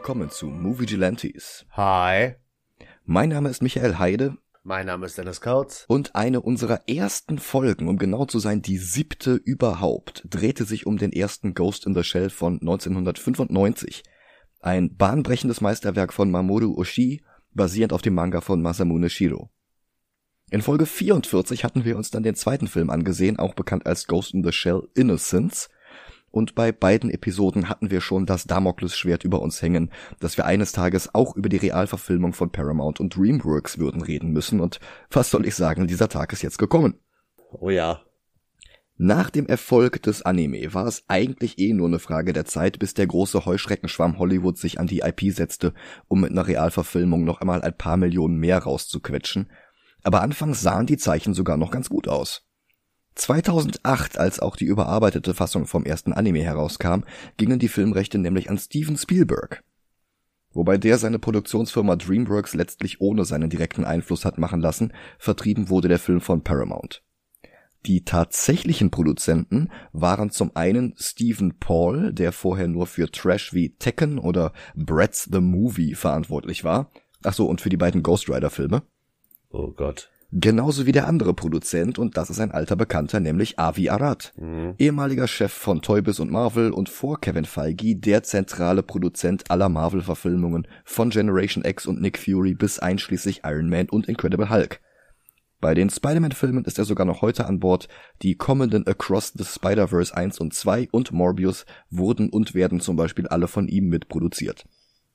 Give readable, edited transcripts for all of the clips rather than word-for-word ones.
willkommen zu Moviegilantes. Hi. Mein Name ist Michael Heide. Mein Name ist Dennis Kautz. Und eine unserer ersten Folgen, um genau zu sein, die 7. überhaupt, drehte sich um den ersten Ghost in the Shell von 1995. Ein bahnbrechendes Meisterwerk von Mamoru Oshii, basierend auf dem Manga von Masamune Shirow. In Folge 44 hatten wir uns dann den zweiten Film angesehen, auch bekannt als Ghost in the Shell Innocence. Und bei beiden Episoden hatten wir schon das Damoklesschwert über uns hängen, dass wir eines Tages auch über die Realverfilmung von Paramount und DreamWorks würden reden müssen. Und was soll ich sagen, dieser Tag ist jetzt gekommen. Oh ja. Nach dem Erfolg des Anime war es eigentlich nur eine Frage der Zeit, bis der große Heuschreckenschwamm Hollywood sich an die IP setzte, um mit einer Realverfilmung noch einmal ein paar Millionen mehr rauszuquetschen. Aber anfangs sahen die Zeichen sogar noch ganz gut aus. 2008, als auch die überarbeitete Fassung vom ersten Anime herauskam, gingen die Filmrechte nämlich an Steven Spielberg. Wobei der seine Produktionsfirma DreamWorks letztlich ohne seinen direkten Einfluss hat machen lassen, vertrieben wurde der Film von Paramount. Die tatsächlichen Produzenten waren zum einen Stephen Paul, der vorher nur für Trash wie Tekken oder Bratz the Movie verantwortlich war. Achso, und für die beiden Ghost Rider-Filme. Oh Gott. Genauso wie der andere Produzent, und das ist ein alter Bekannter, nämlich Avi Arad. Ehemaliger Chef von Toy Biz und Marvel und vor Kevin Feige der zentrale Produzent aller Marvel-Verfilmungen von Generation X und Nick Fury bis einschließlich Iron Man und Incredible Hulk. Bei den Spider-Man-Filmen ist er sogar noch heute an Bord. Die kommenden Across the Spider-Verse 1 und 2 und Morbius wurden und werden zum Beispiel alle von ihm mitproduziert.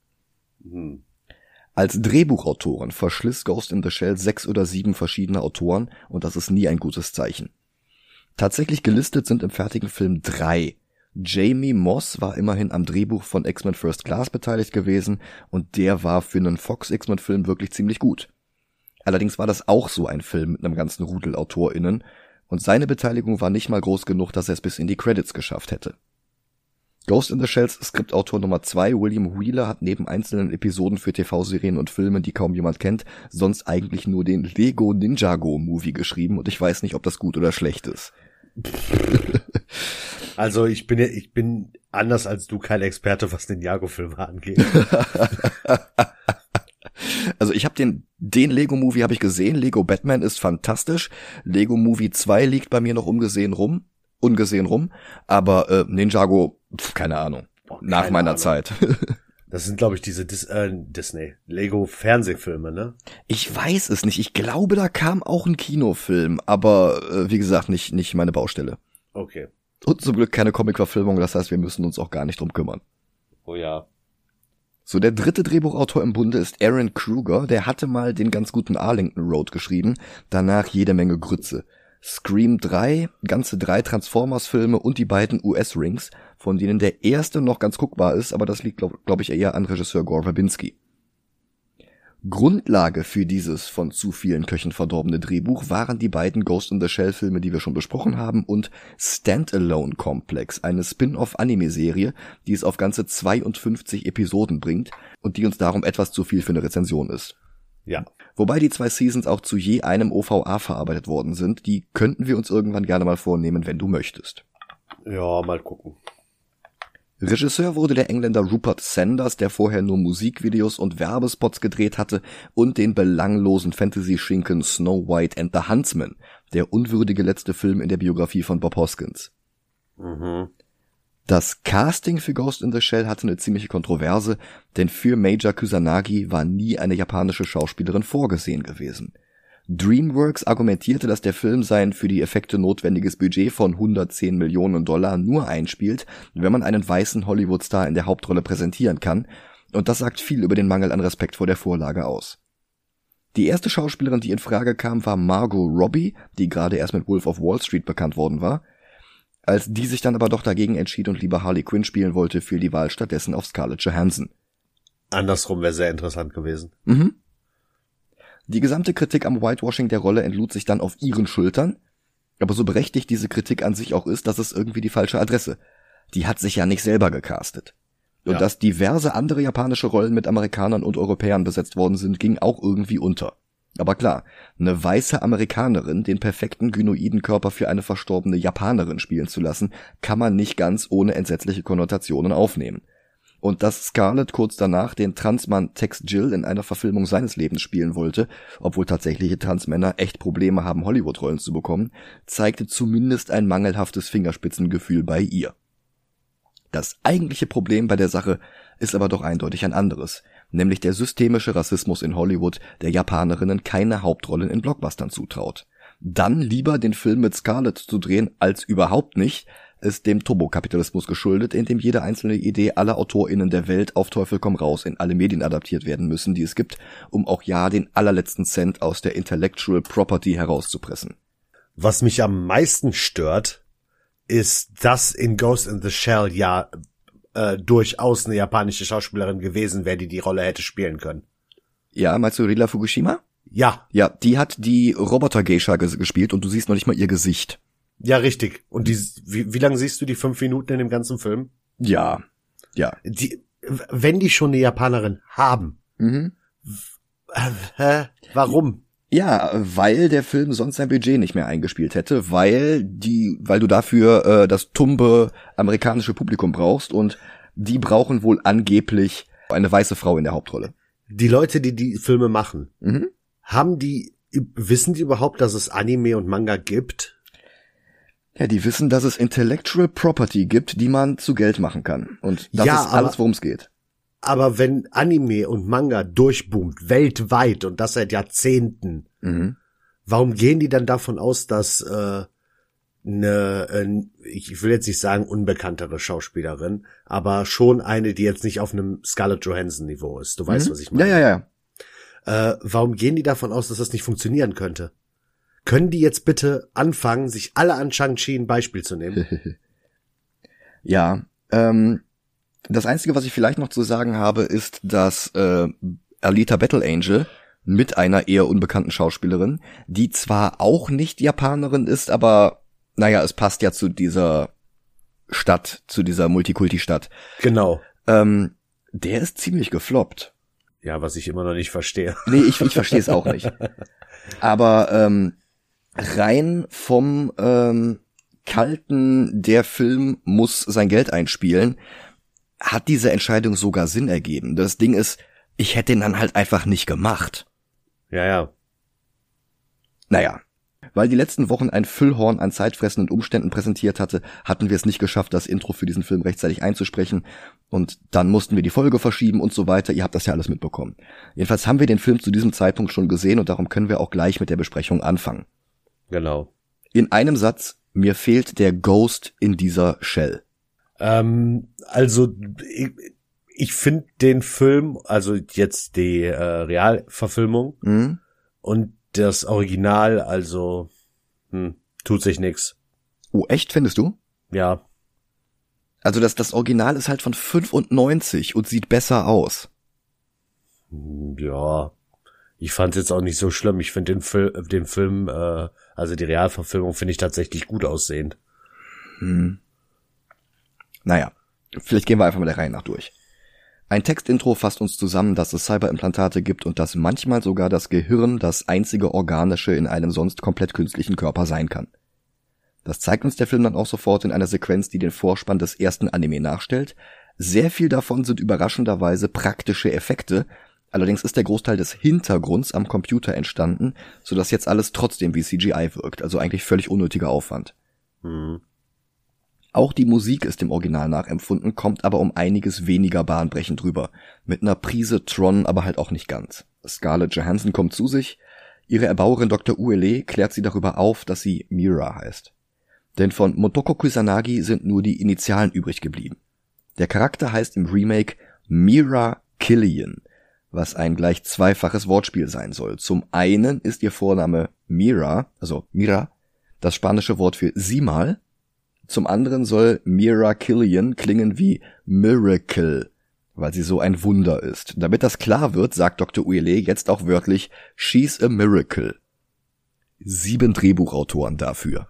Als Drehbuchautoren verschliss Ghost in the Shell 6 oder 7 verschiedene Autoren und das ist nie ein gutes Zeichen. Tatsächlich gelistet sind im fertigen Film 3. Jamie Moss war immerhin am Drehbuch von X-Men First Class beteiligt gewesen und der war für einen Fox X-Men-Film wirklich ziemlich gut. Allerdings war das auch so ein Film mit einem ganzen Rudel AutorInnen und seine Beteiligung war nicht mal groß genug, dass er es bis in die Credits geschafft hätte. Ghost in the Shells Skriptautor Nummer 2, William Wheeler, hat neben einzelnen Episoden für TV-Serien und Filme, die kaum jemand kennt, sonst eigentlich nur den Lego Ninjago Movie geschrieben und ich weiß nicht, ob das gut oder schlecht ist. Also ich bin anders als du kein Experte, was Ninjago-Filme angeht. Also ich habe den Lego-Movie habe ich gesehen, Lego Batman ist fantastisch, Lego Movie 2 liegt bei mir noch ungesehen rum, aber Ninjago, keine Ahnung, nach meiner Zeit. Das sind, glaube ich, diese Lego-Fernsehfilme, ne? Ich weiß es nicht, ich glaube, da kam auch ein Kinofilm, aber wie gesagt, nicht meine Baustelle. Okay. Und zum Glück keine Comic-Verfilmung, das heißt, wir müssen uns auch gar nicht drum kümmern. Oh ja. So, der dritte Drehbuchautor im Bunde ist Aaron Kruger, der hatte mal den ganz guten Arlington Road geschrieben, danach jede Menge Grütze. Scream 3, ganze 3 Transformers-Filme und die beiden US-Rings, von denen der erste noch ganz guckbar ist, aber das liegt, glaub ich, eher an Regisseur Gore Verbinski. Grundlage für dieses von zu vielen Köchen verdorbene Drehbuch waren die beiden Ghost in the Shell-Filme, die wir schon besprochen haben, und Standalone Complex, eine Spin-off-Anime-Serie, die es auf ganze 52 Episoden bringt und die uns darum etwas zu viel für eine Rezension ist. Ja. Wobei die 2 Seasons auch zu je einem OVA verarbeitet worden sind, die könnten wir uns irgendwann gerne mal vornehmen, wenn du möchtest. Ja, mal gucken. Regisseur wurde der Engländer Rupert Sanders, der vorher nur Musikvideos und Werbespots gedreht hatte und den belanglosen Fantasy-Schinken Snow White and the Huntsman, der unwürdige letzte Film in der Biografie von Bob Hoskins. Das Casting für Ghost in the Shell hatte eine ziemliche Kontroverse, denn für Meija Kusanagi war nie eine japanische Schauspielerin vorgesehen gewesen. DreamWorks argumentierte, dass der Film sein für die Effekte notwendiges Budget von 110 Millionen Dollar nur einspielt, wenn man einen weißen Hollywood-Star in der Hauptrolle präsentieren kann, und das sagt viel über den Mangel an Respekt vor der Vorlage aus. Die erste Schauspielerin, die in Frage kam, war Margot Robbie, die gerade erst mit Wolf of Wall Street bekannt worden war. Als die sich dann aber doch dagegen entschied und lieber Harley Quinn spielen wollte, fiel die Wahl stattdessen auf Scarlett Johansson. Andersrum wäre sehr interessant gewesen. Die gesamte Kritik am Whitewashing der Rolle entlud sich dann auf ihren Schultern, aber so berechtigt diese Kritik an sich auch ist, das ist irgendwie die falsche Adresse. Die hat sich ja nicht selber gecastet. Und dass diverse andere japanische Rollen mit Amerikanern und Europäern besetzt worden sind, ging auch irgendwie unter. Aber klar, eine weiße Amerikanerin den perfekten gynoiden Körper für eine verstorbene Japanerin spielen zu lassen, kann man nicht ganz ohne entsetzliche Konnotationen aufnehmen. Und dass Scarlett kurz danach den Transmann Tex Jill in einer Verfilmung seines Lebens spielen wollte, obwohl tatsächliche Transmänner echt Probleme haben, Hollywood-Rollen zu bekommen, zeigte zumindest ein mangelhaftes Fingerspitzengefühl bei ihr. Das eigentliche Problem bei der Sache ist aber doch eindeutig ein anderes, nämlich der systemische Rassismus in Hollywood, der Japanerinnen keine Hauptrollen in Blockbustern zutraut. Dann lieber den Film mit Scarlett zu drehen, als überhaupt nicht, ist dem Turbokapitalismus geschuldet, in dem jede einzelne Idee aller AutorInnen der Welt auf Teufel komm raus in alle Medien adaptiert werden müssen, die es gibt, um auch ja den allerletzten Cent aus der Intellectual Property herauszupressen. Was mich am meisten stört, ist, dass in Ghost in the Shell durchaus eine japanische Schauspielerin gewesen wäre, die die Rolle hätte spielen können. Ja, meinst du Rila Fukushima? Ja. Ja, die hat die Roboter-Geisha gespielt und du siehst noch nicht mal ihr Gesicht. Ja, richtig. Und wie lange siehst du die 5 Minuten in dem ganzen Film? Ja. Wenn die schon eine Japanerin haben, warum? Ja, weil der Film sonst sein Budget nicht mehr eingespielt hätte, weil du dafür das tumbe amerikanische Publikum brauchst und die brauchen wohl angeblich eine weiße Frau in der Hauptrolle. Die Leute, die die Filme machen, wissen die überhaupt, dass es Anime und Manga gibt? Ja, die wissen, dass es Intellectual Property gibt, die man zu Geld machen kann. Und das ist alles, worum es geht. Aber wenn Anime und Manga durchboomt, weltweit, und das seit Jahrzehnten, warum gehen die dann davon aus, dass ich will jetzt nicht sagen unbekanntere Schauspielerin, aber schon eine, die jetzt nicht auf einem Scarlett Johansson Niveau ist. Du weißt, was ich meine. Ja. Warum gehen die davon aus, dass das nicht funktionieren könnte? Können die jetzt bitte anfangen, sich alle an Shang-Chi ein Beispiel zu nehmen? Ja, das Einzige, was ich vielleicht noch zu sagen habe, ist, dass Alita Battle Angel mit einer eher unbekannten Schauspielerin, die zwar auch nicht Japanerin ist, aber naja, es passt ja zu dieser Stadt, zu dieser Multikulti-Stadt. Genau. Der ist ziemlich gefloppt. Ja, was ich immer noch nicht verstehe. Nee, ich verstehe es auch nicht. Aber rein vom Kalten, der Film muss sein Geld einspielen, hat diese Entscheidung sogar Sinn ergeben. Das Ding ist, ich hätte ihn dann halt einfach nicht gemacht. Ja. Naja, weil die letzten Wochen ein Füllhorn an zeitfressenden Umständen präsentiert hatte, hatten wir es nicht geschafft, das Intro für diesen Film rechtzeitig einzusprechen. Und dann mussten wir die Folge verschieben und so weiter. Ihr habt das ja alles mitbekommen. Jedenfalls haben wir den Film zu diesem Zeitpunkt schon gesehen und darum können wir auch gleich mit der Besprechung anfangen. Genau. In einem Satz, mir fehlt der Ghost in dieser Shell. Also, ich finde den Film, also jetzt die Realverfilmung und das Original, also tut sich nix. Oh, echt, findest du? Ja. Also das Original ist halt von 95 und sieht besser aus. Ja, ich fand's jetzt auch nicht so schlimm. Ich finde den Film, also die Realverfilmung finde ich tatsächlich gut aussehend. Naja, vielleicht gehen wir einfach mal der Reihe nach durch. Ein Textintro fasst uns zusammen, dass es Cyberimplantate gibt und dass manchmal sogar das Gehirn das einzige Organische in einem sonst komplett künstlichen Körper sein kann. Das zeigt uns der Film dann auch sofort in einer Sequenz, die den Vorspann des ersten Anime nachstellt. Sehr viel davon sind überraschenderweise praktische Effekte, allerdings ist der Großteil des Hintergrunds am Computer entstanden, sodass jetzt alles trotzdem wie CGI wirkt, also eigentlich völlig unnötiger Aufwand. Auch die Musik ist dem Original nachempfunden, kommt aber um einiges weniger bahnbrechend rüber. Mit einer Prise Tron, aber halt auch nicht ganz. Scarlett Johansson kommt zu sich. Ihre Erbauerin Dr. Uele klärt sie darüber auf, dass sie Mira heißt. Denn von Motoko Kusanagi sind nur die Initialen übrig geblieben. Der Charakter heißt im Remake Mira Killian, was ein gleich zweifaches Wortspiel sein soll. Zum einen ist ihr Vorname Mira, also Mira, das spanische Wort für sieh mal. Zum anderen soll Mira Killian klingen wie Miracle, weil sie so ein Wunder ist. Damit das klar wird, sagt Dr. Uele jetzt auch wörtlich, she's a miracle. 7 Drehbuchautoren dafür.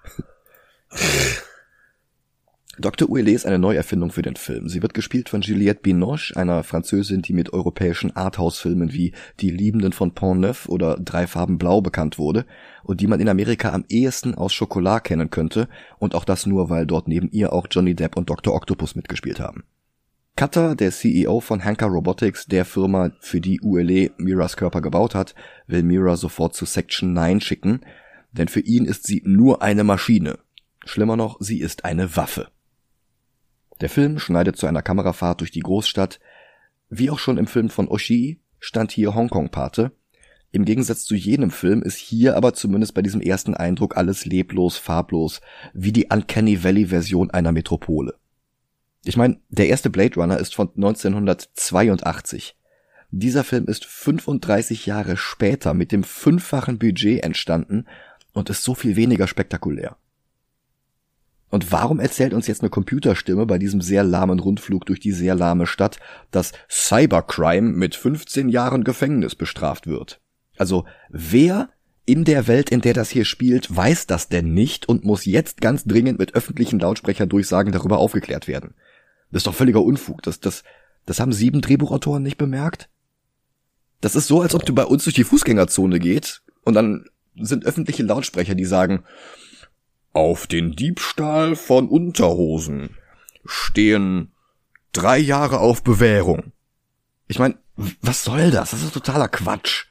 Dr. Uele ist eine Neuerfindung für den Film. Sie wird gespielt von Juliette Binoche, einer Französin, die mit europäischen Arthouse-Filmen wie Die Liebenden von Pont-Neuf oder Drei Farben Blau bekannt wurde und die man in Amerika am ehesten aus Chocolat kennen könnte und auch das nur, weil dort neben ihr auch Johnny Depp und Dr. Octopus mitgespielt haben. Cutter, der CEO von Hanka Robotics, der Firma, für die ULE Miras Körper gebaut hat, will Mira sofort zu Section 9 schicken, denn für ihn ist sie nur eine Maschine. Schlimmer noch, sie ist eine Waffe. Der Film schneidet zu einer Kamerafahrt durch die Großstadt. Wie auch schon im Film von Oshii stand hier Hongkong-Pate. Im Gegensatz zu jenem Film ist hier aber zumindest bei diesem ersten Eindruck alles leblos, farblos, wie die Uncanny Valley-Version einer Metropole. Ich meine, der erste Blade Runner ist von 1982. Dieser Film ist 35 Jahre später mit dem 5-fachen Budget entstanden und ist so viel weniger spektakulär. Und warum erzählt uns jetzt eine Computerstimme bei diesem sehr lahmen Rundflug durch die sehr lahme Stadt, dass Cybercrime mit 15 Jahren Gefängnis bestraft wird? Also, wer in der Welt, in der das hier spielt, weiß das denn nicht und muss jetzt ganz dringend mit öffentlichen Lautsprecherdurchsagen darüber aufgeklärt werden? Das ist doch völliger Unfug. Das haben 7 Drehbuchautoren nicht bemerkt? Das ist so, als ob du bei uns durch die Fußgängerzone gehst und dann sind öffentliche Lautsprecher, die sagen, auf den Diebstahl von Unterhosen stehen 3 Jahre auf Bewährung. Ich meine, was soll das? Das ist totaler Quatsch.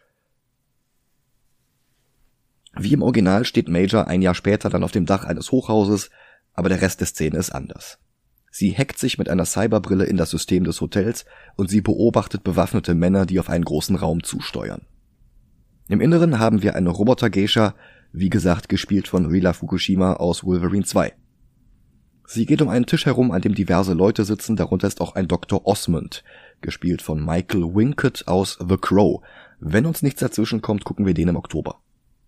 Wie im Original steht Major ein Jahr später dann auf dem Dach eines Hochhauses, aber der Rest der Szene ist anders. Sie hackt sich mit einer Cyberbrille in das System des Hotels und sie beobachtet bewaffnete Männer, die auf einen großen Raum zusteuern. Im Inneren haben wir eine Roboter-Geisha, wie gesagt, gespielt von Rila Fukushima aus Wolverine 2. Sie geht um einen Tisch herum, an dem diverse Leute sitzen, darunter ist auch ein Dr. Osmond, gespielt von Michael Wincott aus The Crow. Wenn uns nichts dazwischen kommt, gucken wir den im Oktober.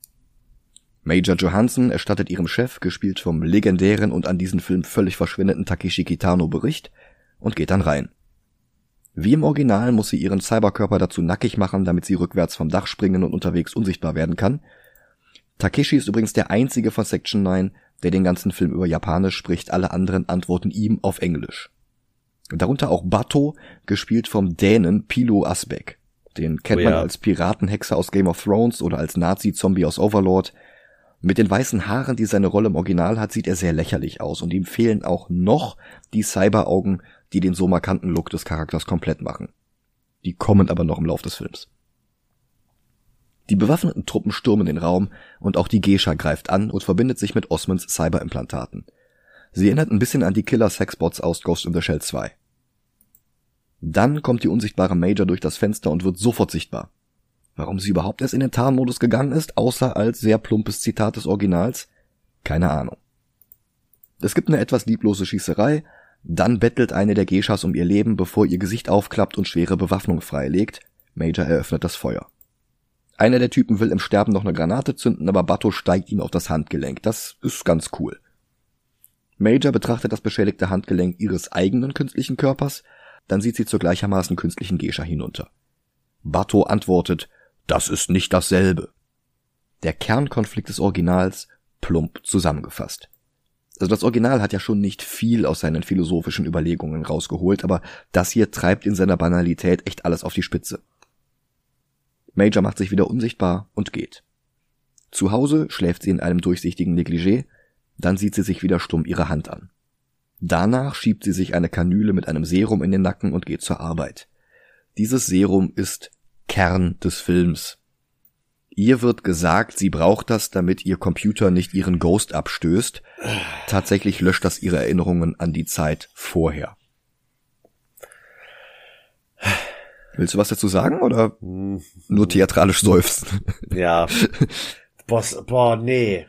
Major Johansson erstattet ihrem Chef, gespielt vom legendären und an diesen Film völlig verschwindenden Takeshi Kitano, Bericht und geht dann rein. Wie im Original muss sie ihren Cyberkörper dazu nackig machen, damit sie rückwärts vom Dach springen und unterwegs unsichtbar werden kann. Takeshi ist übrigens der einzige von Section 9, der den ganzen Film über Japanisch spricht, alle anderen antworten ihm auf Englisch. Darunter auch Bato, gespielt vom Dänen Pilo Asbeck. Den kennt man als Piratenhexer aus Game of Thrones oder als Nazi-Zombie aus Overlord. Mit den weißen Haaren, die seine Rolle im Original hat, sieht er sehr lächerlich aus und ihm fehlen auch noch die Cyberaugen, die den so markanten Look des Charakters komplett machen. Die kommen aber noch im Lauf des Films. Die bewaffneten Truppen stürmen den Raum und auch die Geisha greift an und verbindet sich mit Osmonds Cyberimplantaten. Sie erinnert ein bisschen an die Killer-Sexbots aus Ghost in the Shell 2. Dann kommt die unsichtbare Major durch das Fenster und wird sofort sichtbar. Warum sie überhaupt erst in den Tarnmodus gegangen ist, außer als sehr plumpes Zitat des Originals? Keine Ahnung. Es gibt eine etwas lieblose Schießerei, dann bettelt eine der Geishas um ihr Leben, bevor ihr Gesicht aufklappt und schwere Bewaffnung freilegt. Major eröffnet das Feuer. Einer der Typen will im Sterben noch eine Granate zünden, aber Bato steigt ihm auf das Handgelenk. Das ist ganz cool. Major betrachtet das beschädigte Handgelenk ihres eigenen künstlichen Körpers, dann sieht sie zur gleichermaßen künstlichen Geisha hinunter. Bato antwortet, das ist nicht dasselbe. Der Kernkonflikt des Originals plump zusammengefasst. Also das Original hat ja schon nicht viel aus seinen philosophischen Überlegungen rausgeholt, aber das hier treibt in seiner Banalität echt alles auf die Spitze. Major macht sich wieder unsichtbar und geht. Zu Hause schläft sie in einem durchsichtigen Negligé, dann sieht sie sich wieder stumm ihre Hand an. Danach schiebt sie sich eine Kanüle mit einem Serum in den Nacken und geht zur Arbeit. Dieses Serum ist Kern des Films. Ihr wird gesagt, sie braucht das, damit ihr Computer nicht ihren Ghost abstößt. Tatsächlich löscht das ihre Erinnerungen an die Zeit vorher. Willst du was dazu sagen oder nur theatralisch seufzen? Ja. Nee.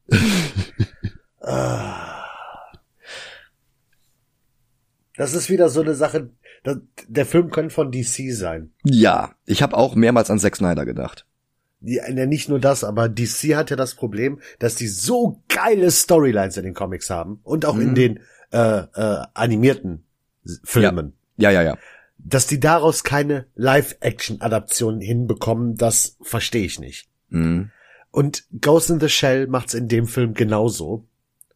Das ist wieder so eine Sache, der Film könnte von DC sein. Ja, ich habe auch mehrmals an Zack Snyder gedacht. Ja, nicht nur das, aber DC hat ja das Problem, dass die so geile Storylines in den Comics haben und auch in den animierten Filmen. Ja. Dass die daraus keine Live-Action-Adaption hinbekommen, das verstehe ich nicht. Mhm. Und Ghost in the Shell macht's in dem Film genauso.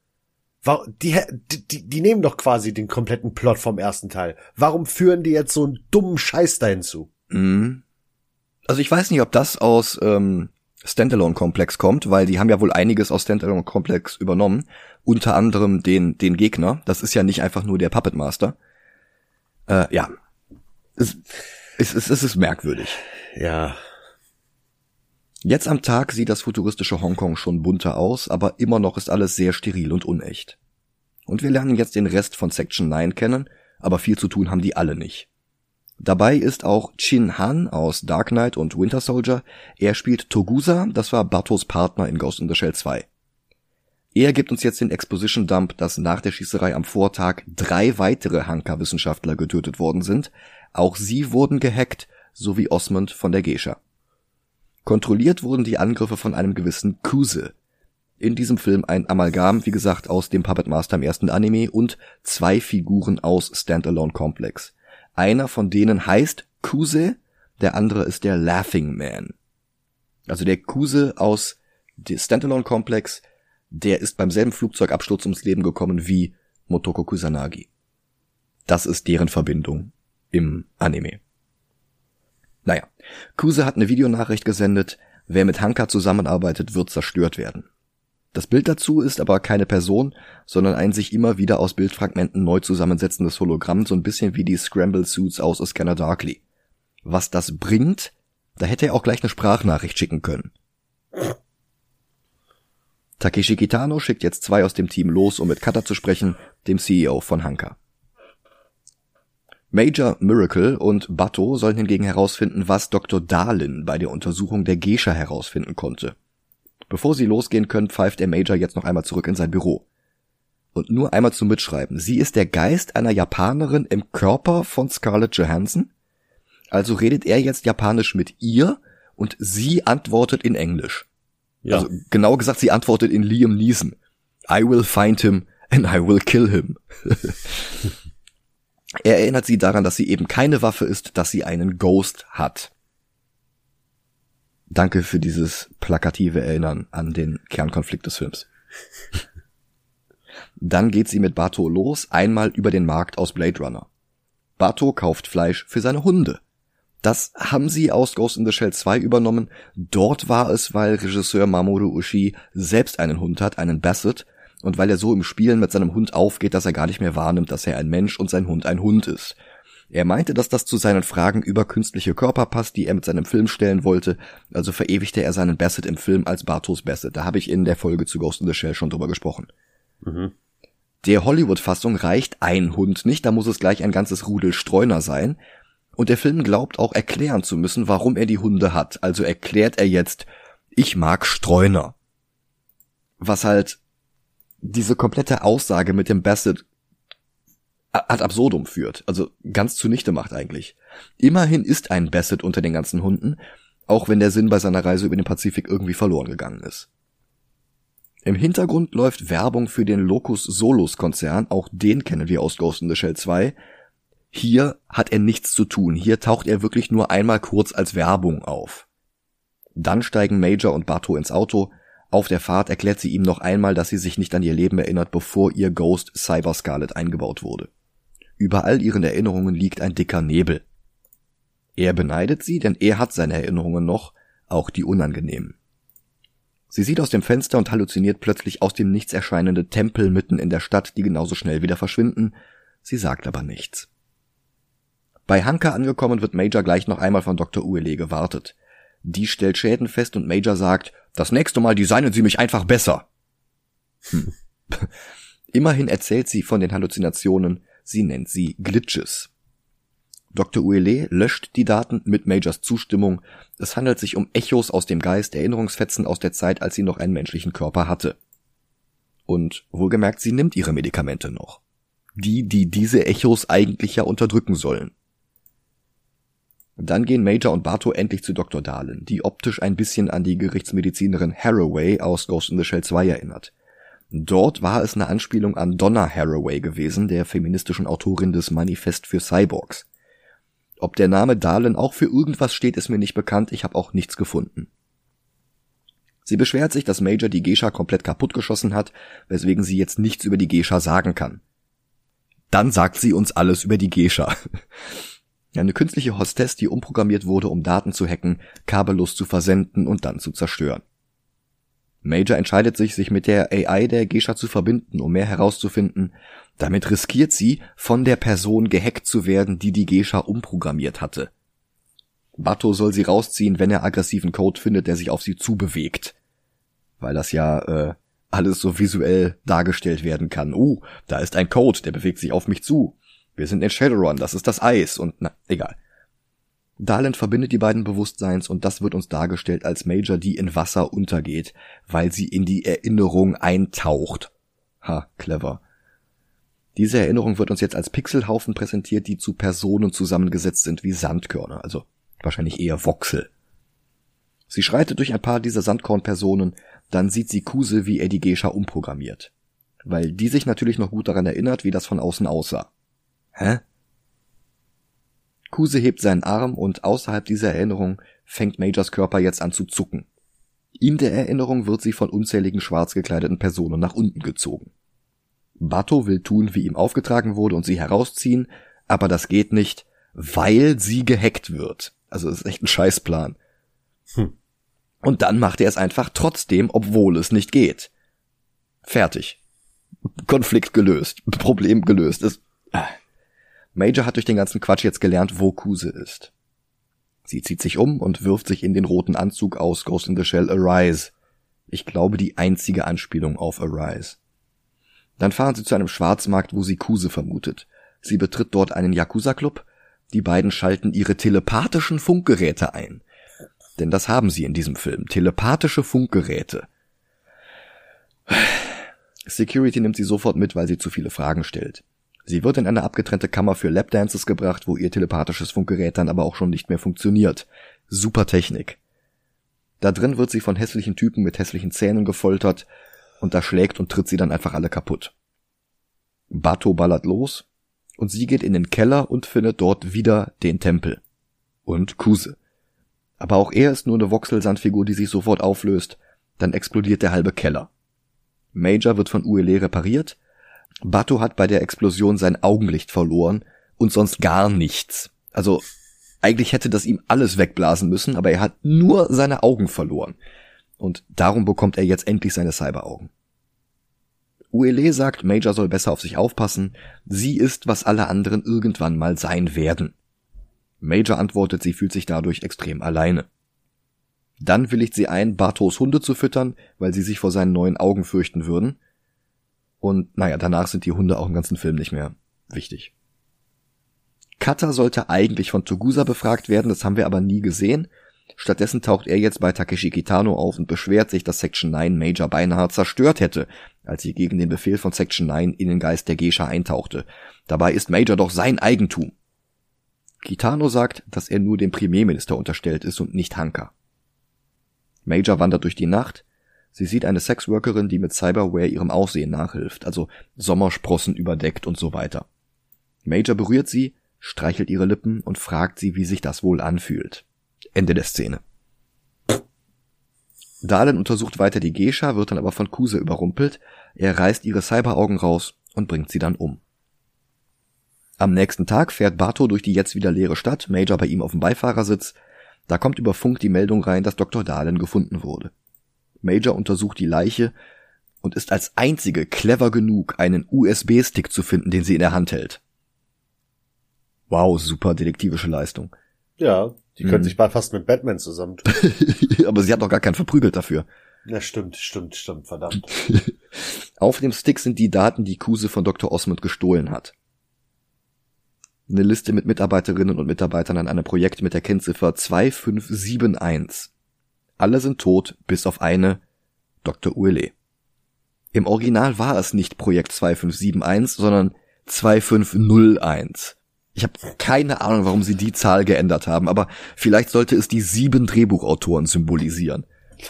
Die nehmen doch quasi den kompletten Plot vom ersten Teil. Warum führen die jetzt so einen dummen Scheiß da hinzu? Mhm. Also ich weiß nicht, ob das aus Standalone-Komplex kommt, weil die haben ja wohl einiges aus Standalone-Komplex übernommen. Unter anderem den Gegner. Das ist ja nicht einfach nur der Puppet Master. Ja. Es ist merkwürdig. Ja. Jetzt am Tag sieht das futuristische Hongkong schon bunter aus, aber immer noch ist alles sehr steril und unecht. Und wir lernen jetzt den Rest von Section 9 kennen, aber viel zu tun haben die alle nicht. Dabei ist auch Chin Han aus Dark Knight und Winter Soldier. Er spielt Togusa, das war Batos Partner in Ghost in the Shell 2. Er gibt uns jetzt den Exposition-Dump, dass nach der Schießerei am Vortag 3 weitere Hanka-Wissenschaftler getötet worden sind. Auch sie wurden gehackt, sowie Osmond von der Geisha. Kontrolliert wurden die Angriffe von einem gewissen Kuze. In diesem Film ein Amalgam, wie gesagt, aus dem Puppet Master im ersten Anime und 2 Figuren aus Standalone Complex. Einer von denen heißt Kuze, der andere ist der Laughing Man. Also der Kuze aus dem Standalone Complex, der ist beim selben Flugzeugabsturz ums Leben gekommen wie Motoko Kusanagi. Das ist deren Verbindung im Anime. Naja, Kuze hat eine Videonachricht gesendet, wer mit Hanka zusammenarbeitet, wird zerstört werden. Das Bild dazu ist aber keine Person, sondern ein sich immer wieder aus Bildfragmenten neu zusammensetzendes Hologramm, so ein bisschen wie die Scramble Suits aus A Scanner Darkly. Was das bringt, da hätte er auch gleich eine Sprachnachricht schicken können. Takeshi Kitano schickt jetzt 2 aus dem Team los, um mit Kata zu sprechen, dem CEO von Hanka. Major Miracle und Bato sollen hingegen herausfinden, was Dr. Dalin bei der Untersuchung der Geisha herausfinden konnte. Bevor sie losgehen können, pfeift der Major jetzt noch einmal zurück in sein Büro. Und nur einmal zum Mitschreiben. Sie ist der Geist einer Japanerin im Körper von Scarlett Johansson. Also redet er jetzt Japanisch mit ihr und sie antwortet in Englisch. Ja. Also genau gesagt, sie antwortet in Liam Neeson. I will find him and I will kill him. Er erinnert sie daran, dass sie eben keine Waffe ist, dass sie einen Ghost hat. Danke für dieses plakative Erinnern an den Kernkonflikt des Films. Dann geht sie mit Bato los, einmal über den Markt aus Blade Runner. Bato kauft Fleisch für seine Hunde. Das haben sie aus Ghost in the Shell 2 übernommen. Dort war es, weil Regisseur Mamoru Oshii selbst einen Hund hat, einen Basset, und weil er so im Spielen mit seinem Hund aufgeht, dass er gar nicht mehr wahrnimmt, dass er ein Mensch und sein Hund ein Hund ist. Er meinte, dass das zu seinen Fragen über künstliche Körper passt, die er mit seinem Film stellen wollte, also verewigte er seinen Basset im Film als Batos Basset. Da habe ich in der Folge zu Ghost in the Shell schon drüber gesprochen. Mhm. Der Hollywood-Fassung reicht ein Hund nicht, da muss es gleich ein ganzes Rudel Streuner sein. Und der Film glaubt auch erklären zu müssen, warum er die Hunde hat. Also erklärt er jetzt, ich mag Streuner. Was halt diese komplette Aussage mit dem Basset ad absurdum führt, also ganz zunichte macht eigentlich. Immerhin ist ein Basset unter den ganzen Hunden, auch wenn der Sinn bei seiner Reise über den Pazifik irgendwie verloren gegangen ist. Im Hintergrund läuft Werbung für den Locus Solus Konzern, auch den kennen wir aus Ghost in the Shell 2. Hier hat er nichts zu tun, hier taucht er wirklich nur einmal kurz als Werbung auf. Dann steigen Major und Bato ins Auto. Auf der Fahrt erklärt sie ihm noch einmal, dass sie sich nicht an ihr Leben erinnert, bevor ihr Ghost Cyber Scarlet eingebaut wurde. Über all ihren Erinnerungen liegt ein dicker Nebel. Er beneidet sie, denn er hat seine Erinnerungen noch, auch die unangenehmen. Sie sieht aus dem Fenster und halluziniert plötzlich aus dem Nichts erscheinende Tempel mitten in der Stadt, die genauso schnell wieder verschwinden. Sie sagt aber nichts. Bei Hanka angekommen wird Major gleich noch einmal von Dr. Uele gewartet. Die stellt Schäden fest und Major sagt, das nächste Mal designen Sie mich einfach besser. Immerhin erzählt sie von den Halluzinationen, sie nennt sie Glitches. Dr. Uele löscht die Daten mit Majors Zustimmung. Es handelt sich um Echos aus dem Geist, Erinnerungsfetzen aus der Zeit, als sie noch einen menschlichen Körper hatte. Und wohlgemerkt, sie nimmt ihre Medikamente noch. Die diese Echos eigentlich ja unterdrücken sollen. Dann gehen Major und Bato endlich zu Dr. Dalin, die optisch ein bisschen an die Gerichtsmedizinerin Haraway aus Ghost in the Shell 2 erinnert. Dort war es eine Anspielung an Donna Haraway gewesen, der feministischen Autorin des Manifest für Cyborgs. Ob der Name Dalin auch für irgendwas steht, ist mir nicht bekannt, ich habe auch nichts gefunden. Sie beschwert sich, dass Major die Geisha komplett kaputtgeschossen hat, weswegen sie jetzt nichts über die Geisha sagen kann. Dann sagt sie uns alles über die Geisha. Eine künstliche Hostess, die umprogrammiert wurde, um Daten zu hacken, kabellos zu versenden und dann zu zerstören. Major entscheidet sich mit der AI der Geisha zu verbinden, um mehr herauszufinden. Damit riskiert sie, von der Person gehackt zu werden, die Geisha umprogrammiert hatte. Bato soll sie rausziehen, wenn er aggressiven Code findet, der sich auf sie zubewegt. Weil das ja alles so visuell dargestellt werden kann. Da ist ein Code, der bewegt sich auf mich zu. Wir sind in Shadowrun, das ist das Eis und egal. Dahlend verbindet die beiden Bewusstseins und das wird uns dargestellt als Major, die in Wasser untergeht, weil sie in die Erinnerung eintaucht. Clever. Diese Erinnerung wird uns jetzt als Pixelhaufen präsentiert, die zu Personen zusammengesetzt sind wie Sandkörner, also wahrscheinlich eher Voxel. Sie schreitet durch ein paar dieser Sandkornpersonen, dann sieht sie Kuse, wie er die Geisha umprogrammiert. Weil die sich natürlich noch gut daran erinnert, wie das von außen aussah. Kuse hebt seinen Arm und außerhalb dieser Erinnerung fängt Majors Körper jetzt an zu zucken. In der Erinnerung wird sie von unzähligen schwarz gekleideten Personen nach unten gezogen. Bato will tun, wie ihm aufgetragen wurde und sie herausziehen, aber das geht nicht, weil sie gehackt wird. Also das ist echt ein Scheißplan. Und dann macht er es einfach trotzdem, obwohl es nicht geht. Fertig. Konflikt gelöst. Problem gelöst. Major hat durch den ganzen Quatsch jetzt gelernt, wo Kuse ist. Sie zieht sich um und wirft sich in den roten Anzug aus Ghost in the Shell Arise. Ich glaube, die einzige Anspielung auf Arise. Dann fahren sie zu einem Schwarzmarkt, wo sie Kuse vermutet. Sie betritt dort einen Yakuza-Club. Die beiden schalten ihre telepathischen Funkgeräte ein. Denn das haben sie in diesem Film. Telepathische Funkgeräte. Security nimmt sie sofort mit, weil sie zu viele Fragen stellt. Sie wird in eine abgetrennte Kammer für Lapdances gebracht, wo ihr telepathisches Funkgerät dann aber auch schon nicht mehr funktioniert. Super Technik. Da drin wird sie von hässlichen Typen mit hässlichen Zähnen gefoltert und da schlägt und tritt sie dann einfach alle kaputt. Bato ballert los und sie geht in den Keller und findet dort wieder den Tempel. Und Kuse. Aber auch er ist nur eine Voxel-Sandfigur, die sich sofort auflöst. Dann explodiert der halbe Keller. Major wird von Uele repariert. Bato hat bei der Explosion sein Augenlicht verloren und sonst gar nichts. Also eigentlich hätte das ihm alles wegblasen müssen, aber er hat nur seine Augen verloren. Und darum bekommt er jetzt endlich seine Cyberaugen. Uele sagt, Major soll besser auf sich aufpassen. Sie ist, was alle anderen irgendwann mal sein werden. Major antwortet, sie fühlt sich dadurch extrem alleine. Dann willigt sie ein, Batos Hunde zu füttern, weil sie sich vor seinen neuen Augen fürchten würden. Und danach sind die Hunde auch im ganzen Film nicht mehr wichtig. Kata sollte eigentlich von Togusa befragt werden, das haben wir aber nie gesehen. Stattdessen taucht er jetzt bei Takeshi Kitano auf und beschwert sich, dass Section 9 Major beinahe zerstört hätte, als sie gegen den Befehl von Section 9 in den Geist der Geisha eintauchte. Dabei ist Major doch sein Eigentum. Kitano sagt, dass er nur dem Premierminister unterstellt ist und nicht Hanka. Major wandert durch die Nacht. Sie sieht eine Sexworkerin, die mit Cyberware ihrem Aussehen nachhilft, also Sommersprossen überdeckt und so weiter. Major berührt sie, streichelt ihre Lippen und fragt sie, wie sich das wohl anfühlt. Ende der Szene. Dahlen untersucht weiter die Geisha, wird dann aber von Kuse überrumpelt. Er reißt ihre Cyberaugen raus und bringt sie dann um. Am nächsten Tag fährt Bato durch die jetzt wieder leere Stadt, Major bei ihm auf dem Beifahrersitz. Da kommt über Funk die Meldung rein, dass Dr. Dahlen gefunden wurde. Major untersucht die Leiche und ist als einzige clever genug, einen USB-Stick zu finden, den sie in der Hand hält. Wow, super detektivische Leistung. Ja, die können sich bald fast mit Batman zusammentun. Aber sie hat noch gar keinen verprügelt dafür. Na stimmt, verdammt. Auf dem Stick sind die Daten, die Kuse von Dr. Osmond gestohlen hat. Eine Liste mit Mitarbeiterinnen und Mitarbeitern an einem Projekt mit der Kennziffer 2571. Alle sind tot, bis auf eine, Dr. Uele. Im Original war es nicht Projekt 2571, sondern 2501. Ich habe keine Ahnung, warum sie die Zahl geändert haben, aber vielleicht sollte es die 7 Drehbuchautoren symbolisieren.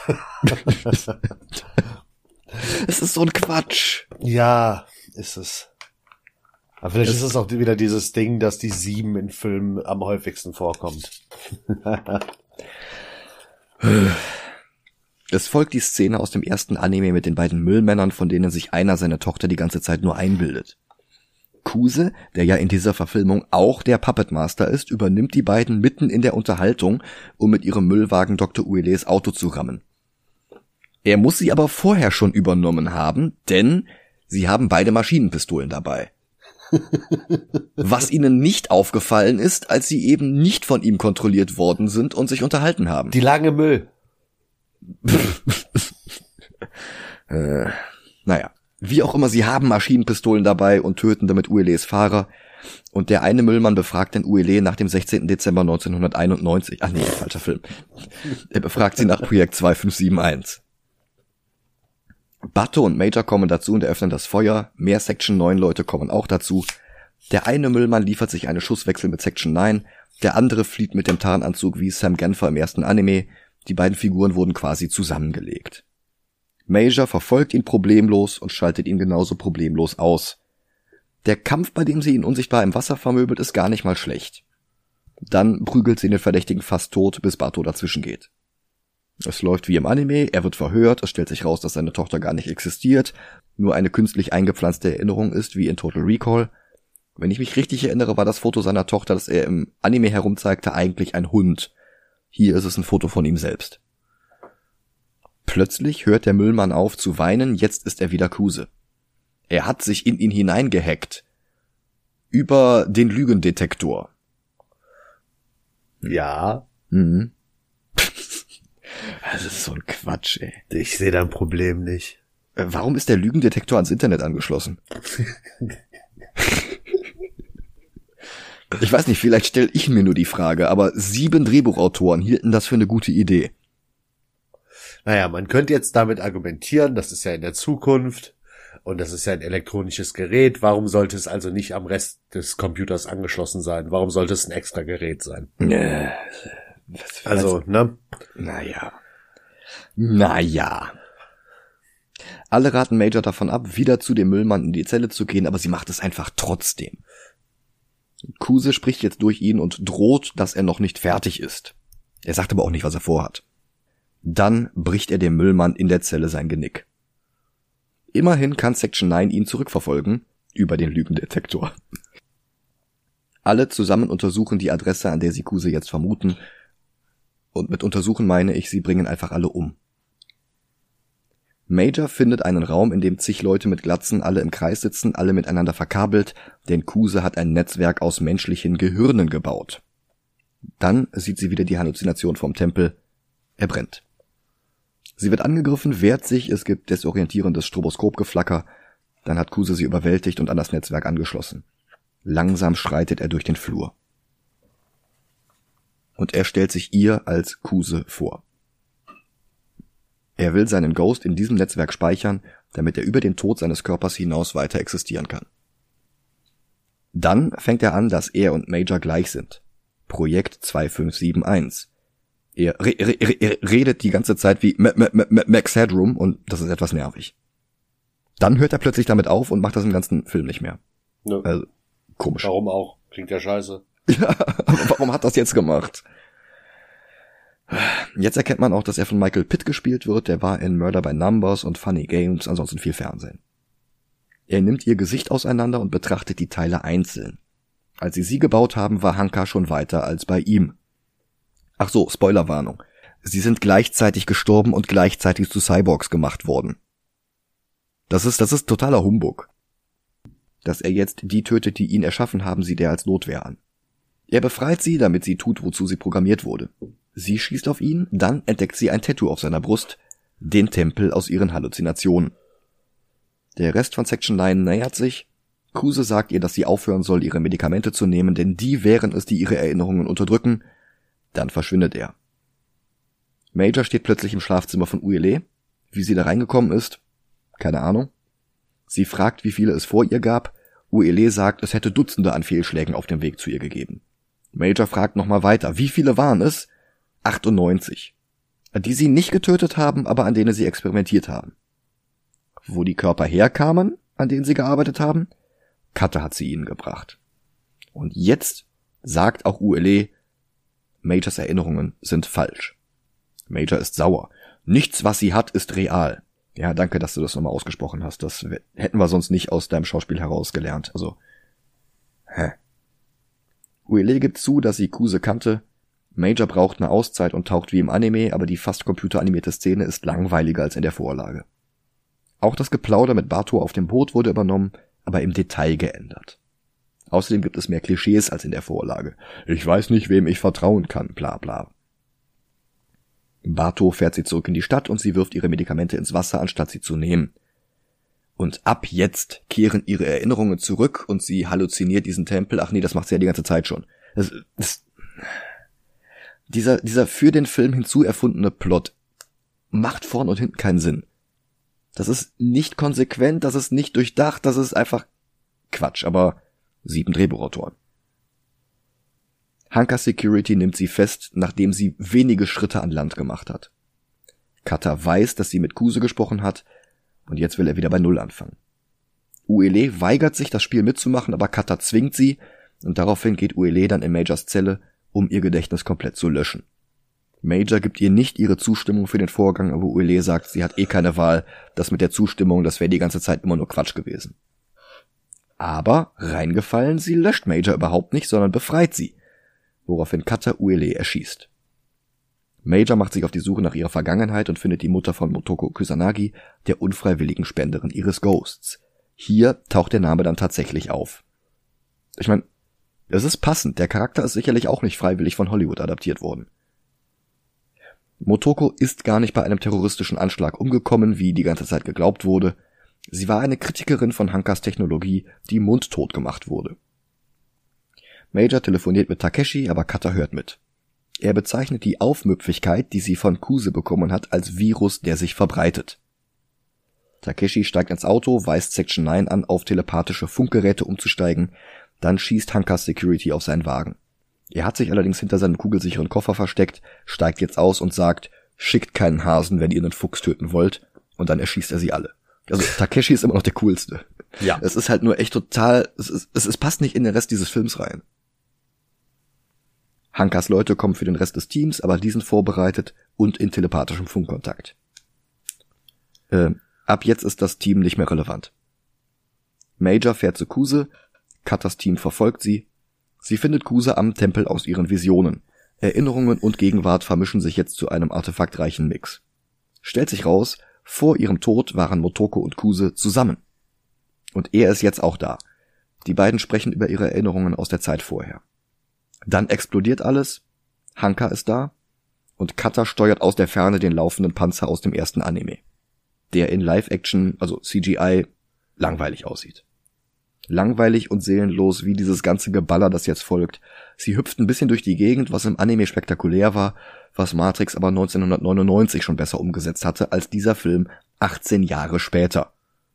Es ist so ein Quatsch. Ja, ist es. Aber vielleicht ist es auch wieder dieses Ding, dass die 7 in Filmen am häufigsten vorkommt. Es folgt die Szene aus dem ersten Anime mit den beiden Müllmännern, von denen sich einer seine Tochter die ganze Zeit nur einbildet. Kuse, der ja in dieser Verfilmung auch der Puppet Master ist, übernimmt die beiden mitten in der Unterhaltung, um mit ihrem Müllwagen Dr. Ueles Auto zu rammen. Er muss sie aber vorher schon übernommen haben, denn sie haben beide Maschinenpistolen dabei. Was ihnen nicht aufgefallen ist, als sie eben nicht von ihm kontrolliert worden sind und sich unterhalten haben. Die lange Müll. Naja, wie auch immer, sie haben Maschinenpistolen dabei und töten damit Ueles Fahrer. Und der eine Müllmann befragt den Uele nach dem 16. Dezember 1991. Ach nee, falscher Film. Er befragt sie nach Projekt 2571. Bato und Major kommen dazu und eröffnen das Feuer. Mehr Section 9 Leute kommen auch dazu. Der eine Müllmann liefert sich einen Schusswechsel mit Section 9. Der andere flieht mit dem Tarnanzug wie Sam Genfer im ersten Anime. Die beiden Figuren wurden quasi zusammengelegt. Major verfolgt ihn problemlos und schaltet ihn genauso problemlos aus. Der Kampf, bei dem sie ihn unsichtbar im Wasser vermöbelt, ist gar nicht mal schlecht. Dann prügelt sie den Verdächtigen fast tot, bis Bato dazwischen geht. Es läuft wie im Anime, er wird verhört, es stellt sich raus, dass seine Tochter gar nicht existiert, nur eine künstlich eingepflanzte Erinnerung ist, wie in Total Recall. Wenn ich mich richtig erinnere, war das Foto seiner Tochter, das er im Anime herumzeigte, eigentlich ein Hund. Hier ist es ein Foto von ihm selbst. Plötzlich hört der Müllmann auf zu weinen, jetzt ist er wieder Kuse. Er hat sich in ihn hineingehackt. Über den Lügendetektor. Ja. Mhm. Das ist so ein Quatsch, ey. Ich sehe dein Problem nicht. Warum ist der Lügendetektor ans Internet angeschlossen? Ich weiß nicht, vielleicht stelle ich mir nur die Frage, aber 7 Drehbuchautoren hielten das für eine gute Idee. Naja, man könnte jetzt damit argumentieren, das ist ja in der Zukunft und das ist ja ein elektronisches Gerät. Warum sollte es also nicht am Rest des Computers angeschlossen sein? Warum sollte es ein extra Gerät sein? Also, ne? Naja. Alle raten Major davon ab, wieder zu dem Müllmann in die Zelle zu gehen, aber sie macht es einfach trotzdem. Kuse spricht jetzt durch ihn und droht, dass er noch nicht fertig ist. Er sagt aber auch nicht, was er vorhat. Dann bricht er dem Müllmann in der Zelle sein Genick. Immerhin kann Section 9 ihn zurückverfolgen, über den Lügendetektor. Alle zusammen untersuchen die Adresse, an der sie Kuse jetzt vermuten. Und mit untersuchen meine ich, sie bringen einfach alle um. Major findet einen Raum, in dem zig Leute mit Glatzen alle im Kreis sitzen, alle miteinander verkabelt, denn Kuse hat ein Netzwerk aus menschlichen Gehirnen gebaut. Dann sieht sie wieder die Halluzination vom Tempel. Er brennt. Sie wird angegriffen, wehrt sich, es gibt desorientierendes Stroboskopgeflacker, dann hat Kuse sie überwältigt und an das Netzwerk angeschlossen. Langsam schreitet er durch den Flur. Und er stellt sich ihr als Kuse vor. Er will seinen Ghost in diesem Netzwerk speichern, damit er über den Tod seines Körpers hinaus weiter existieren kann. Dann fängt er an, dass er und Major gleich sind. Projekt 2571. Er redet die ganze Zeit wie Max Headroom und das ist etwas nervig. Dann hört er plötzlich damit auf und macht das im ganzen Film nicht mehr. Ne. Also, komisch. Warum auch? Klingt ja scheiße. Ja, aber warum hat das jetzt gemacht? Jetzt erkennt man auch, dass er von Michael Pitt gespielt wird. Der war in Murder by Numbers und Funny Games, ansonsten viel Fernsehen. Er nimmt ihr Gesicht auseinander und betrachtet die Teile einzeln. Als sie gebaut haben, war Hanka schon weiter als bei ihm. Ach so, Spoilerwarnung. Sie sind gleichzeitig gestorben und gleichzeitig zu Cyborgs gemacht worden. Das ist totaler Humbug. Dass er jetzt die tötet, die ihn erschaffen haben, sieht er als Notwehr an. Er befreit sie, damit sie tut, wozu sie programmiert wurde. Sie schießt auf ihn, dann entdeckt sie ein Tattoo auf seiner Brust, den Tempel aus ihren Halluzinationen. Der Rest von Section 9 nähert sich. Kuse sagt ihr, dass sie aufhören soll, ihre Medikamente zu nehmen, denn die wären es, die ihre Erinnerungen unterdrücken. Dann verschwindet er. Major steht plötzlich im Schlafzimmer von Uele. Wie sie da reingekommen ist? Keine Ahnung. Sie fragt, wie viele es vor ihr gab. Uele sagt, es hätte Dutzende an Fehlschlägen auf dem Weg zu ihr gegeben. Major fragt nochmal weiter, wie viele waren es? 98. Die sie nicht getötet haben, aber an denen sie experimentiert haben. Wo die Körper herkamen, an denen sie gearbeitet haben? Kata hat sie ihnen gebracht. Und jetzt sagt auch Uele, Majors Erinnerungen sind falsch. Major ist sauer. Nichts, was sie hat, ist real. Ja, danke, dass du das nochmal ausgesprochen hast. Das hätten wir sonst nicht aus deinem Schauspiel heraus gelernt. Also, Uele gibt zu, dass sie Kuse kannte. Major braucht eine Auszeit und taucht wie im Anime, aber die fast computeranimierte Szene ist langweiliger als in der Vorlage. Auch das Geplauder mit Bato auf dem Boot wurde übernommen, aber im Detail geändert. Außerdem gibt es mehr Klischees als in der Vorlage. Ich weiß nicht, wem ich vertrauen kann, bla bla. Bato fährt sie zurück in die Stadt und sie wirft ihre Medikamente ins Wasser, anstatt sie zu nehmen. Und ab jetzt kehren ihre Erinnerungen zurück und sie halluziniert diesen Tempel. Ach nee, das macht sie ja die ganze Zeit schon. Dieser für den Film hinzu erfundene Plot macht vorn und hinten keinen Sinn. Das ist nicht konsequent, das ist nicht durchdacht, das ist einfach Quatsch, aber 7 Drehbuchautoren. Hanka Security nimmt sie fest, nachdem sie wenige Schritte an Land gemacht hat. Kata weiß, dass sie mit Kuse gesprochen hat, und jetzt will er wieder bei Null anfangen. Uele weigert sich, das Spiel mitzumachen, aber Kata zwingt sie, und daraufhin geht Uele dann in Majors Zelle, um ihr Gedächtnis komplett zu löschen. Major gibt ihr nicht ihre Zustimmung für den Vorgang, aber Uele sagt, sie hat keine Wahl, das mit der Zustimmung, das wäre die ganze Zeit immer nur Quatsch gewesen. Aber reingefallen, sie löscht Major überhaupt nicht, sondern befreit sie, woraufhin Kata Uele erschießt. Major macht sich auf die Suche nach ihrer Vergangenheit und findet die Mutter von Motoko Kusanagi, der unfreiwilligen Spenderin ihres Ghosts. Hier taucht der Name dann tatsächlich auf. Ich meine, es ist passend, der Charakter ist sicherlich auch nicht freiwillig von Hollywood adaptiert worden. Motoko ist gar nicht bei einem terroristischen Anschlag umgekommen, wie die ganze Zeit geglaubt wurde. Sie war eine Kritikerin von Hankas Technologie, die mundtot gemacht wurde. Major telefoniert mit Takeshi, aber Kata hört mit. Er bezeichnet die Aufmüpfigkeit, die sie von Kuse bekommen hat, als Virus, der sich verbreitet. Takeshi steigt ins Auto, weist Section 9 an, auf telepathische Funkgeräte umzusteigen, dann schießt Hankas Security auf seinen Wagen. Er hat sich allerdings hinter seinem kugelsicheren Koffer versteckt, steigt jetzt aus und sagt, schickt keinen Hasen, wenn ihr einen Fuchs töten wollt, und dann erschießt er sie alle. Also Takeshi ist immer noch der coolste. Ja. Es ist halt nur echt total, es passt nicht in den Rest dieses Films rein. Hankas Leute kommen für den Rest des Teams, aber die sind vorbereitet und in telepathischem Funkkontakt. Ab jetzt ist das Team nicht mehr relevant. Major fährt zu Kuse, Katas Team verfolgt sie. Sie findet Kuse am Tempel aus ihren Visionen. Erinnerungen und Gegenwart vermischen sich jetzt zu einem artefaktreichen Mix. Stellt sich raus, vor ihrem Tod waren Motoko und Kuse zusammen. Und er ist jetzt auch da. Die beiden sprechen über ihre Erinnerungen aus der Zeit vorher. Dann explodiert alles, Hanka ist da und Kata steuert aus der Ferne den laufenden Panzer aus dem ersten Anime, der in Live-Action, also CGI, langweilig aussieht. Langweilig und seelenlos wie dieses ganze Geballer, das jetzt folgt. Sie hüpft ein bisschen durch die Gegend, was im Anime spektakulär war, was Matrix aber 1999 schon besser umgesetzt hatte als dieser Film 18 Jahre später.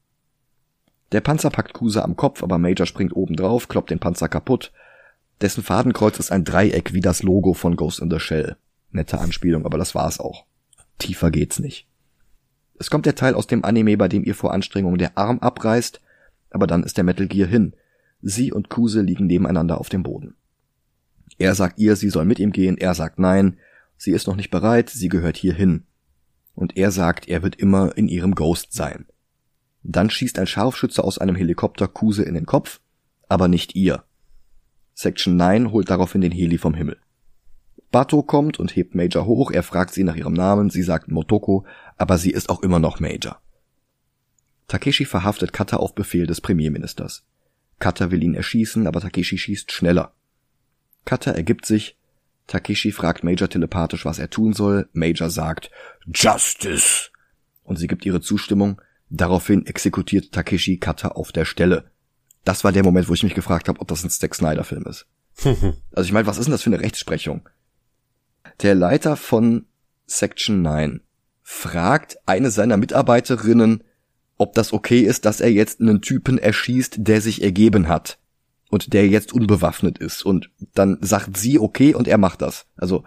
Der Panzer packt Kuse am Kopf, aber Major springt oben drauf, kloppt den Panzer kaputt. Dessen Fadenkreuz ist ein Dreieck wie das Logo von Ghost in the Shell. Nette Anspielung, aber das war's auch. Tiefer geht's nicht. Es kommt der Teil aus dem Anime, bei dem ihr vor Anstrengung der Arm abreißt, aber dann ist der Metal Gear hin. Sie und Kuse liegen nebeneinander auf dem Boden. Er sagt ihr, sie soll mit ihm gehen, er sagt nein, sie ist noch nicht bereit, sie gehört hier hin. Und er sagt, er wird immer in ihrem Ghost sein. Dann schießt ein Scharfschütze aus einem Helikopter Kuse in den Kopf, aber nicht ihr. Section 9 holt daraufhin den Heli vom Himmel. Bato kommt und hebt Major hoch, er fragt sie nach ihrem Namen, sie sagt Motoko, aber sie ist auch immer noch Major. Takeshi verhaftet Kata auf Befehl des Premierministers. Kata will ihn erschießen, aber Takeshi schießt schneller. Kata ergibt sich, Takeshi fragt Major telepathisch, was er tun soll, Major sagt Justice und sie gibt ihre Zustimmung, daraufhin exekutiert Takeshi Kata auf der Stelle. Das war der Moment, wo ich mich gefragt habe, ob das ein Zack Snyder-Film ist. Also ich meine, was ist denn das für eine Rechtsprechung? Der Leiter von Section 9 fragt eine seiner Mitarbeiterinnen, ob das okay ist, dass er jetzt einen Typen erschießt, der sich ergeben hat und der jetzt unbewaffnet ist. Und dann sagt sie okay und er macht das. Also,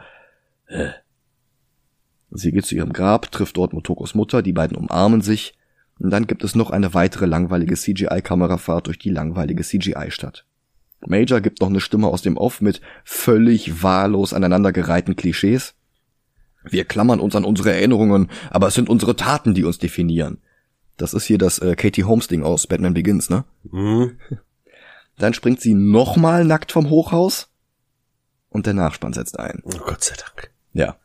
Sie geht zu ihrem Grab, trifft dort Motokos Mutter, die beiden umarmen sich. Und dann gibt es noch eine weitere langweilige CGI-Kamerafahrt durch die langweilige CGI-Stadt. Major gibt noch eine Stimme aus dem Off mit völlig wahllos aneinandergereihten Klischees. Wir klammern uns an unsere Erinnerungen, aber es sind unsere Taten, die uns definieren. Das ist hier das Katie Holmes-Ding aus Batman Begins, ne? Mhm. Dann springt sie nochmal nackt vom Hochhaus und der Nachspann setzt ein. Oh, Gott sei Dank. Ja.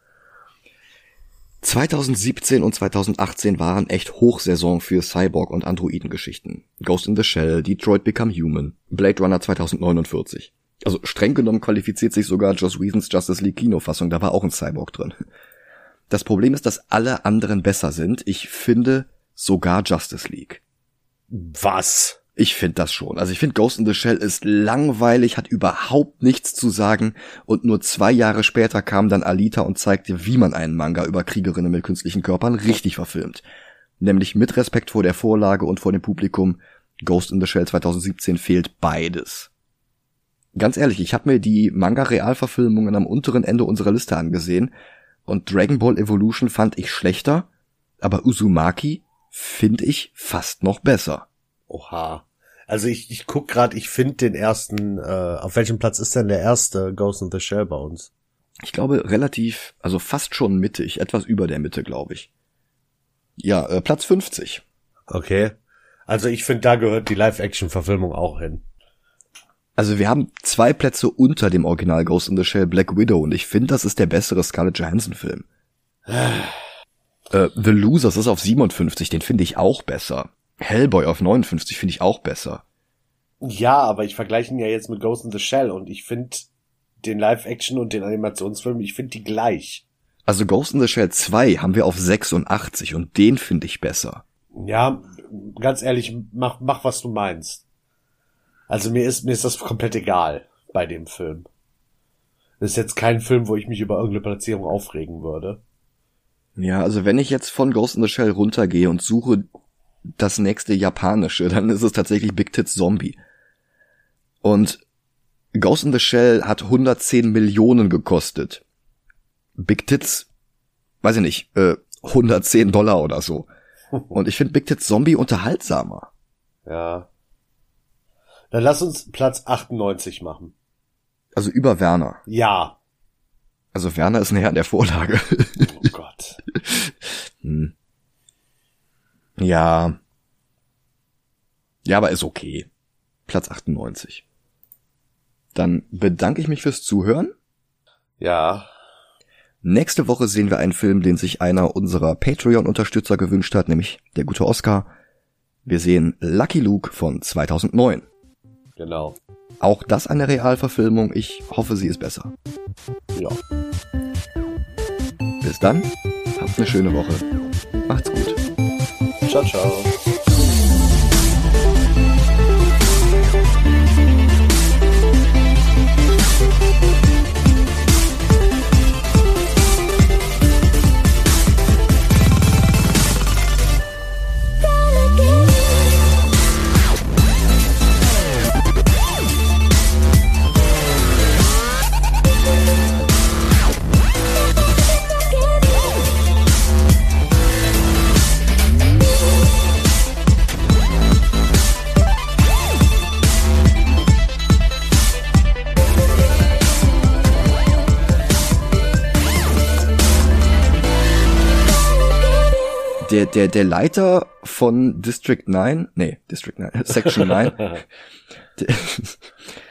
2017 und 2018 waren echt Hochsaison für Cyborg- und Androidengeschichten. Ghost in the Shell, Detroit Become Human, Blade Runner 2049. Also streng genommen qualifiziert sich sogar Joss Whedons Justice League Kinofassung, da war auch ein Cyborg drin. Das Problem ist, dass alle anderen besser sind. Ich finde sogar Justice League. Was? Ich finde das schon. Also ich finde Ghost in the Shell ist langweilig, hat überhaupt nichts zu sagen und nur 2 Jahre später kam dann Alita und zeigte, wie man einen Manga über Kriegerinnen mit künstlichen Körpern richtig verfilmt. Nämlich mit Respekt vor der Vorlage und vor dem Publikum. Ghost in the Shell 2017 fehlt beides. Ganz ehrlich, ich habe mir die Manga-Realverfilmungen am unteren Ende unserer Liste angesehen und Dragon Ball Evolution fand ich schlechter, aber Uzumaki finde ich fast noch besser. Oha. Also ich guck gerade, ich finde den ersten, auf welchem Platz ist denn der erste Ghost in the Shell bei uns? Ich glaube relativ, also fast schon mittig, etwas über der Mitte, glaube ich. Ja, Platz 50. Okay. Also ich finde, da gehört die Live-Action-Verfilmung auch hin. Also wir haben 2 Plätze unter dem Original Ghost in the Shell Black Widow und ich finde, das ist der bessere Scarlett Johansson-Film. The Losers ist auf 57, den finde ich auch besser. Hellboy auf 59 finde ich auch besser. Ja, aber ich vergleiche ihn ja jetzt mit Ghost in the Shell und ich finde den Live-Action und den Animationsfilm, ich finde die gleich. Also Ghost in the Shell 2 haben wir auf 86 und den finde ich besser. Ja, ganz ehrlich, mach was du meinst. Also mir ist das komplett egal bei dem Film. Das ist jetzt kein Film, wo ich mich über irgendeine Platzierung aufregen würde. Ja, also wenn ich jetzt von Ghost in the Shell runtergehe und suche das nächste japanische, dann ist es tatsächlich Big Tits Zombie. Und Ghost in the Shell hat 110 Millionen gekostet. Big Tits, weiß ich nicht, $110 oder so. Und ich finde Big Tits Zombie unterhaltsamer. Ja. Dann lass uns Platz 98 machen. Also über Werner. Ja. Also Werner ist näher an der Vorlage. Oh Gott. Ja. Ja, aber ist okay. Platz 98. Dann bedanke ich mich fürs Zuhören. Ja. Nächste Woche sehen wir einen Film, den sich einer unserer Patreon-Unterstützer gewünscht hat, nämlich der gute Oscar. Wir sehen Lucky Luke von 2009. Genau. Auch das eine Realverfilmung. Ich hoffe, sie ist besser. Ja. Bis dann. Habt eine schöne Woche. Macht's gut. Ciao, ciao. Der Leiter von Section 9,